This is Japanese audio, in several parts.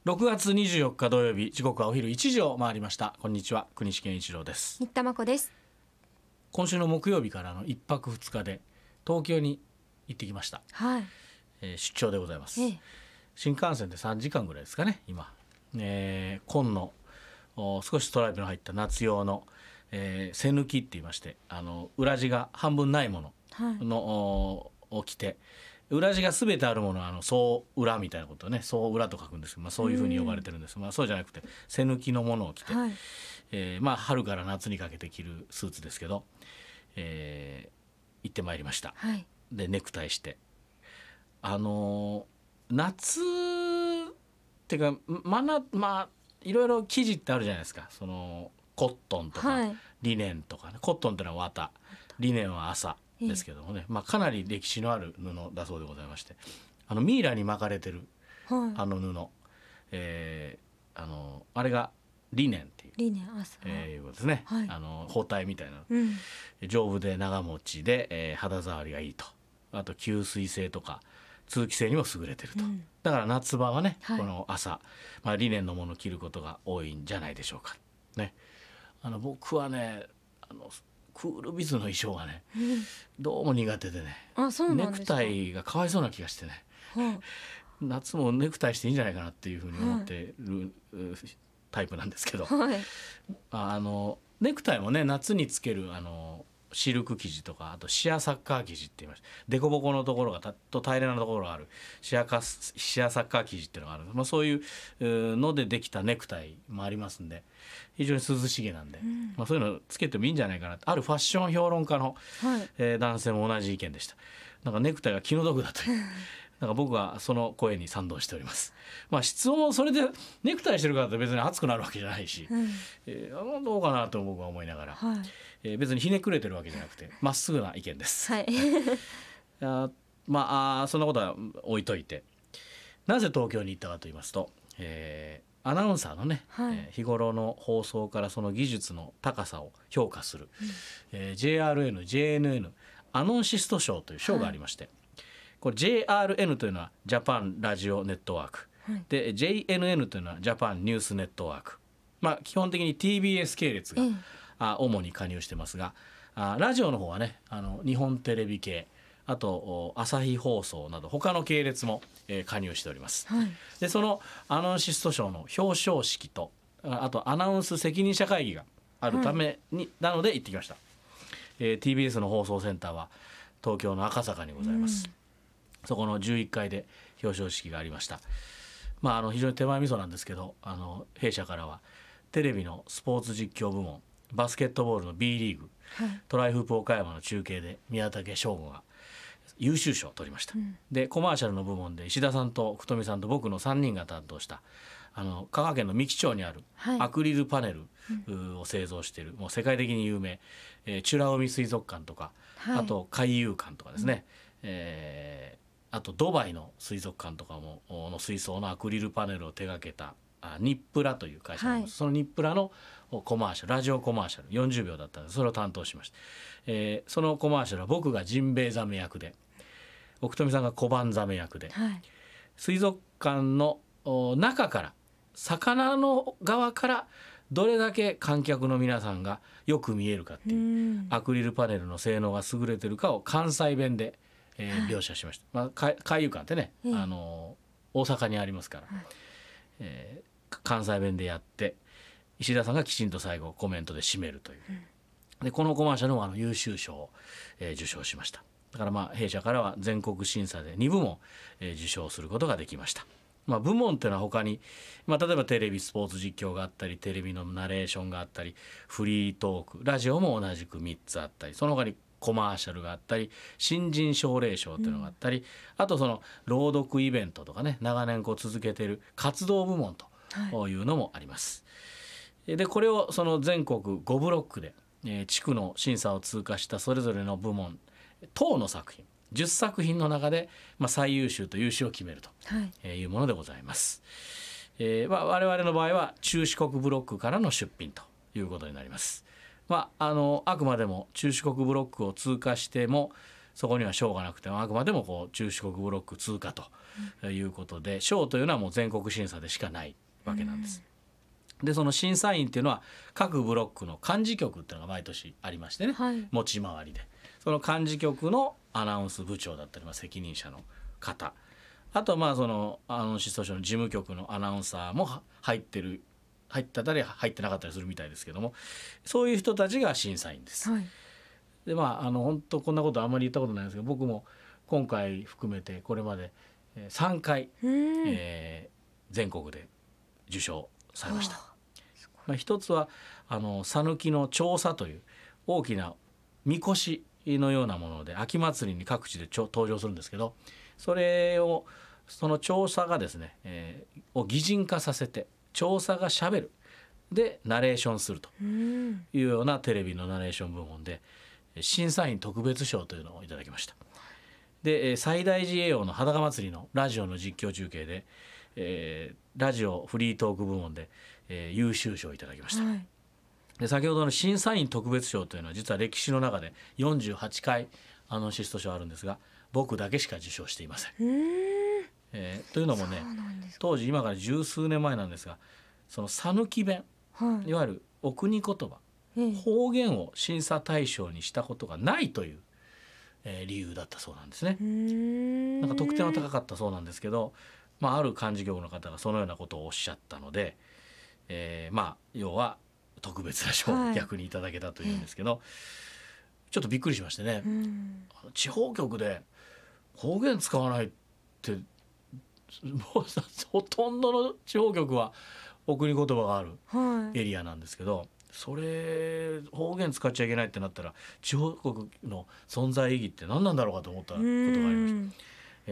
6月24日土曜日、時刻はお昼1時を回りました。こんにちは、国士健一郎です。 新田真子です。 今週の木曜日からの1泊2日で東京に行ってきました。 はい。 出張でございます。新幹線で3時間ぐらいですかね今。紺の少しストライプの入った夏用の、背抜きって言いまして、裏地が半分ないものの、を着て、裏地が全てあるものは総裏みたいなことをね、総裏と書くんですけど、そういうふうに呼ばれてるんです。そうじゃなくて背抜きのものを着て、春から夏にかけて着るスーツですけど、行ってまいりました。でネクタイして、夏っていうかいろいろ生地ってあるじゃないですか。そのコットンとか、リネンとかね。コットンってのは綿、リネンは麻ですけどもね、かなり歴史のある布だそうでございまして、ミイラに巻かれてる、布、あれがリネンっていう、いうことですね。包帯みたいな、丈夫で長持ちで、肌触りがいいと。あと吸水性とか通気性にも優れてると、だから夏場はね、この朝、リネンのものを着ることが多いんじゃないでしょうかね。僕はね、クールビズの衣装がね、どうも苦手でね、ネクタイがかわいそうな気がしてね、夏もネクタイしていいんじゃないかなっていうふうに思ってる、タイプなんですけど、ネクタイもね、夏につけるシルク生地とか、あとシアサッカー生地って言いまして、デコボコのところがと平らなところがあるシアサッカー生地っていうのがある、そういうのでできたネクタイもありますんで、非常に涼しげなんで、そういうのつけてもいいんじゃないかな。あるファッション評論家の、男性も同じ意見でした。なんかネクタイが気の毒だという、なんか僕はその声に賛同しております。室温もそれでネクタイしてるからって別に暑くなるわけじゃないし、どうかなと僕は思いながら、別にひねくれてるわけじゃなくてまっすぐな意見です。そんなことは置いといて、なぜ東京に行ったかと言いますと、アナウンサーのね、日頃の放送からその技術の高さを評価する、JRN、JNN アノンシスト賞という賞がありまして、これ JRN というのはジャパンラジオネットワーク、で JNN というのはジャパンニュースネットワーク、基本的に TBS 系列が、主に加入してますが、ラジオの方はね、日本テレビ系、あと朝日放送など他の系列も、加入しております。でそのアナウンシスト賞の表彰式と、あとアナウンス責任者会議があるために、なので行ってきました。TBS の放送センターは東京の赤坂にございます。そこの11階で表彰式がありました。非常に手前味噌なんですけど、弊社からはテレビのスポーツ実況部門、バスケットボールの B リーグ、トライフープ岡山の中継で宮武翔吾が優秀賞を取りました。でコマーシャルの部門で石田さんと福富さんと僕の3人が担当した香川県の三木町にあるアクリルパネルを製造している、もう世界的に有名、美ら海水族館とか、あと海遊館とかですね、あとドバイの水族館とかもの水槽のアクリルパネルを手掛けたニップラという会社なんです。そのニップラのコマーシャル、ラジオコマーシャル40秒だったので、それを担当しました。そのコマーシャルは僕がジンベエザメ役で、奥富さんがコバンザメ役で、水族館の中から、魚の側からどれだけ観客の皆さんがよく見えるかっていう、アクリルパネルの性能が優れてるかを関西弁で描写しました。海遊館ってね、大阪にありますから、関西弁でやって、石田さんがきちんと最後コメントで締めるという、でこのコマーシャルも優秀賞を、受賞しました。だから弊社からは全国審査で2部門、受賞することができました。部門っていうのは他に、例えばテレビスポーツ実況があったり、テレビのナレーションがあったり、フリートーク、ラジオも同じく3つあったり、その他にコマーシャルがあったり、新人奨励賞っていうのがあったり、あとその朗読イベントとかね、長年続けている活動部門というのもあります。でこれをその全国5ブロックで、地区の審査を通過したそれぞれの部門等の作品10作品の中で、最優秀と優秀を決めるというものでございます。我々の場合は中四国ブロックからの出品ということになります。あくまでも中四国ブロックを通過してもそこには賞がなくてあくまでもこう中四国ブロック通過ということで、賞というのはもう全国審査でしかないわけなんです。でその審査員っていうのは各ブロックの幹事局っていうのが毎年ありましてね、持ち回りでその幹事局のアナウンス部長だったり、責任者の方、あとはそのアナウンス訴訟の事務局のアナウンサーも入ってたり入ってなかったりするみたいですけども、そういう人たちが審査員です。で本当こんなことあんまり言ったことないんですけど、僕も今回含めてこれまで3回、全国で受賞されました。一つは讃岐の調査という大きなみこしのようなもので秋祭りに各地で登場するんですけど、その調査がですね、を擬人化させて調査がしゃべるでナレーションするというようなテレビのナレーション部門で審査員特別賞というのをいただきました。で最大寺栄養の裸祭りのラジオの実況中継で、ラジオフリートーク部門で、優秀賞をいただきました。で先ほどの審査員特別賞というのは実は歴史の中で48回アナウンシスト賞あるんですが、僕だけしか受賞していません。というのもね、当時今から十数年前なんですが、その讃岐弁、いわゆるお国言葉、方言を審査対象にしたことがないという、理由だったそうなんですね。なんか得点は高かったそうなんですけど、ある幹事局の方がそのようなことをおっしゃったので、要は特別な賞を逆にいただけたというんですけど、ちょっとびっくりしましてね、地方局で方言使わないってもうほとんどの地方局はお国言葉があるエリアなんですけど、それ方言使っちゃいけないってなったら地方局の存在意義って何なんだろうかと思ったことがありました。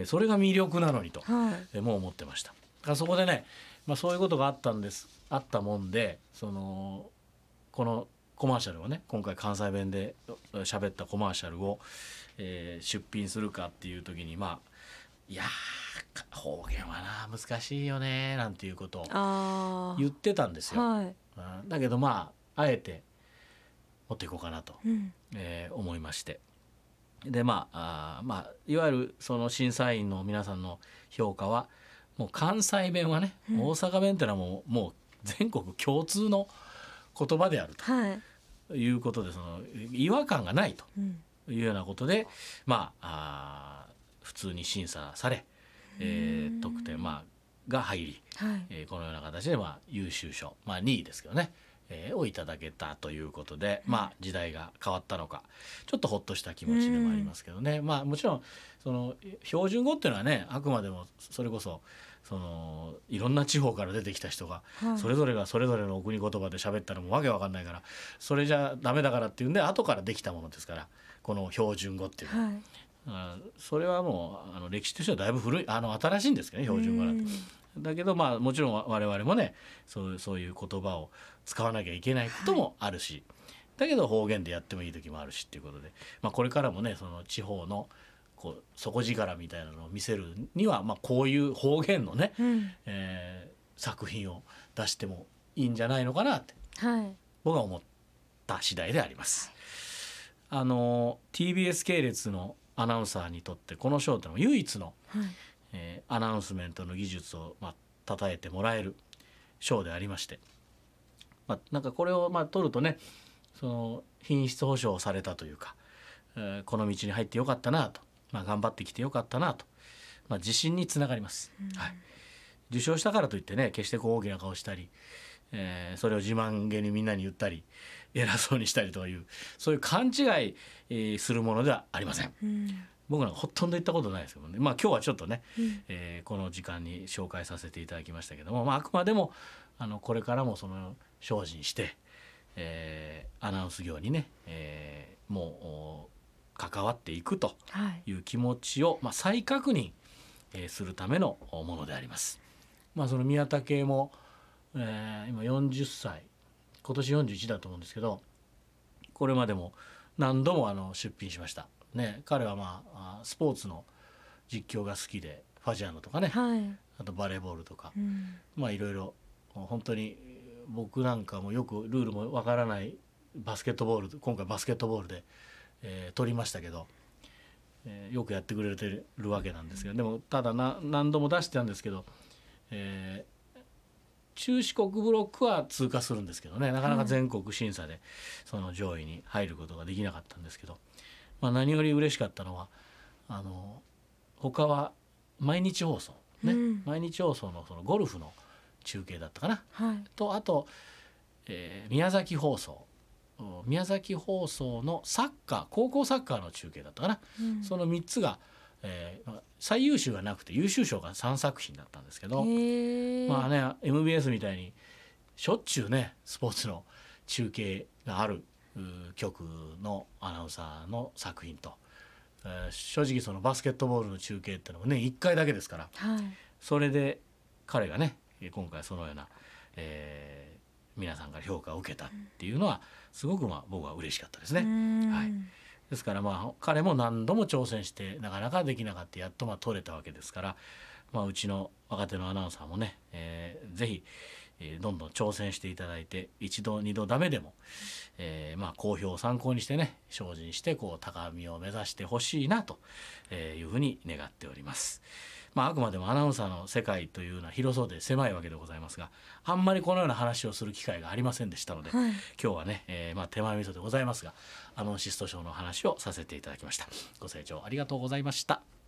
それが魅力なのにと、もう思ってました。だからそこでね、そういうことがあったもんで、このコマーシャルをね、今回関西弁で喋ったコマーシャルを、出品するかっていう時にいや方言はな難しいよねなんていうことを言ってたんですよ。だけどあえて持っていこうかなと、思いまして、でいわゆるその審査員の皆さんの評価はもう関西弁はね、大阪弁っていうのはもう全国共通の言葉であるということで、その違和感がないというようなことで普通に審査され、得点が入り、このような形で優秀賞、2位ですけどね、をいただけたということで、時代が変わったのかちょっとほっとした気持ちでもありますけどね。もちろんその標準語っていうのはね、あくまでもそれこそいろんな地方から出てきた人がそれぞれがそれぞれのお国言葉で喋ったらもうわけわかんないから、それじゃダメだからっていうんで後からできたものですから、この標準語っていうのは、それはもう歴史としてはだいぶ古い新しいんですけどね、標準語だと。だけどもちろん我々もねそういう言葉を使わなきゃいけないこともあるし、だけど方言でやってもいい時もあるしっていうことで、これからもねその地方の底力みたいなのを見せるには、こういう方言のね、作品を出してもいいんじゃないのかなって、僕は思った次第であります。TBS 系列のアナウンサーにとってこの賞というのは唯一の、アナウンスメントの技術を称えてもらえる賞でありまして、なんかこれを取るとね、その品質保証されたというか、この道に入ってよかったなと、頑張ってきてよかったなと、自信につながります。受賞したからといってね、決して大きな顔したり、それを自慢げにみんなに言ったり偉そうにしたりという、そういう勘違い、するものではありません。僕なんかほとんど言ったことないですけどね、今日はちょっとね、この時間に紹介させていただきましたけども、あくまでもこれからもその精進して、アナウンス業にね、もう関わっていくという気持ちを、再確認、するためのものであります。その宮田系も、今40歳、今年41だと思うんですけど、これまでも何度も出品しましたね。彼はスポーツの実況が好きで、ファジアーノとかね、あとバレーボールとか、いろいろ本当に僕なんかもよくルールもわからないバスケットボール、今回バスケットボールで、取りましたけど、 よくやってくれてるわけなんですけど、でもただ何度も出してたんですけど、中四国ブロックは通過するんですけどね、なかなか全国審査でその上位に入ることができなかったんですけど、何より嬉しかったのは他は毎日放送ね、毎日放送のそのゴルフの中継だったかな、とあと、宮崎放送のサッカー、高校サッカーの中継だったかな、その3つが、最優秀がなくて優秀賞が3作品だったんですけど、まあね MBS みたいにしょっちゅうねスポーツの中継がある局のアナウンサーの作品と、正直そのバスケットボールの中継ってのもね1回だけですから、それで彼がね今回そのような、皆さんから評価を受けたっていうのはすごく僕は嬉しかったですね。ですから彼も何度も挑戦してなかなかできなかった、やっと取れたわけですから、うちの若手のアナウンサーもね、ぜひ、どんどん挑戦していただいて、一度二度ダメでも、好評を参考にしてね精進して高みを目指してほしいなというふうに願っております。あくまでもアナウンサーの世界というのは広そうで狭いわけでございますが、あんまりこのような話をする機会がありませんでしたので、今日はね、手前味噌でございますがアナウンシスト賞の話をさせていただきました。ご清聴ありがとうございました。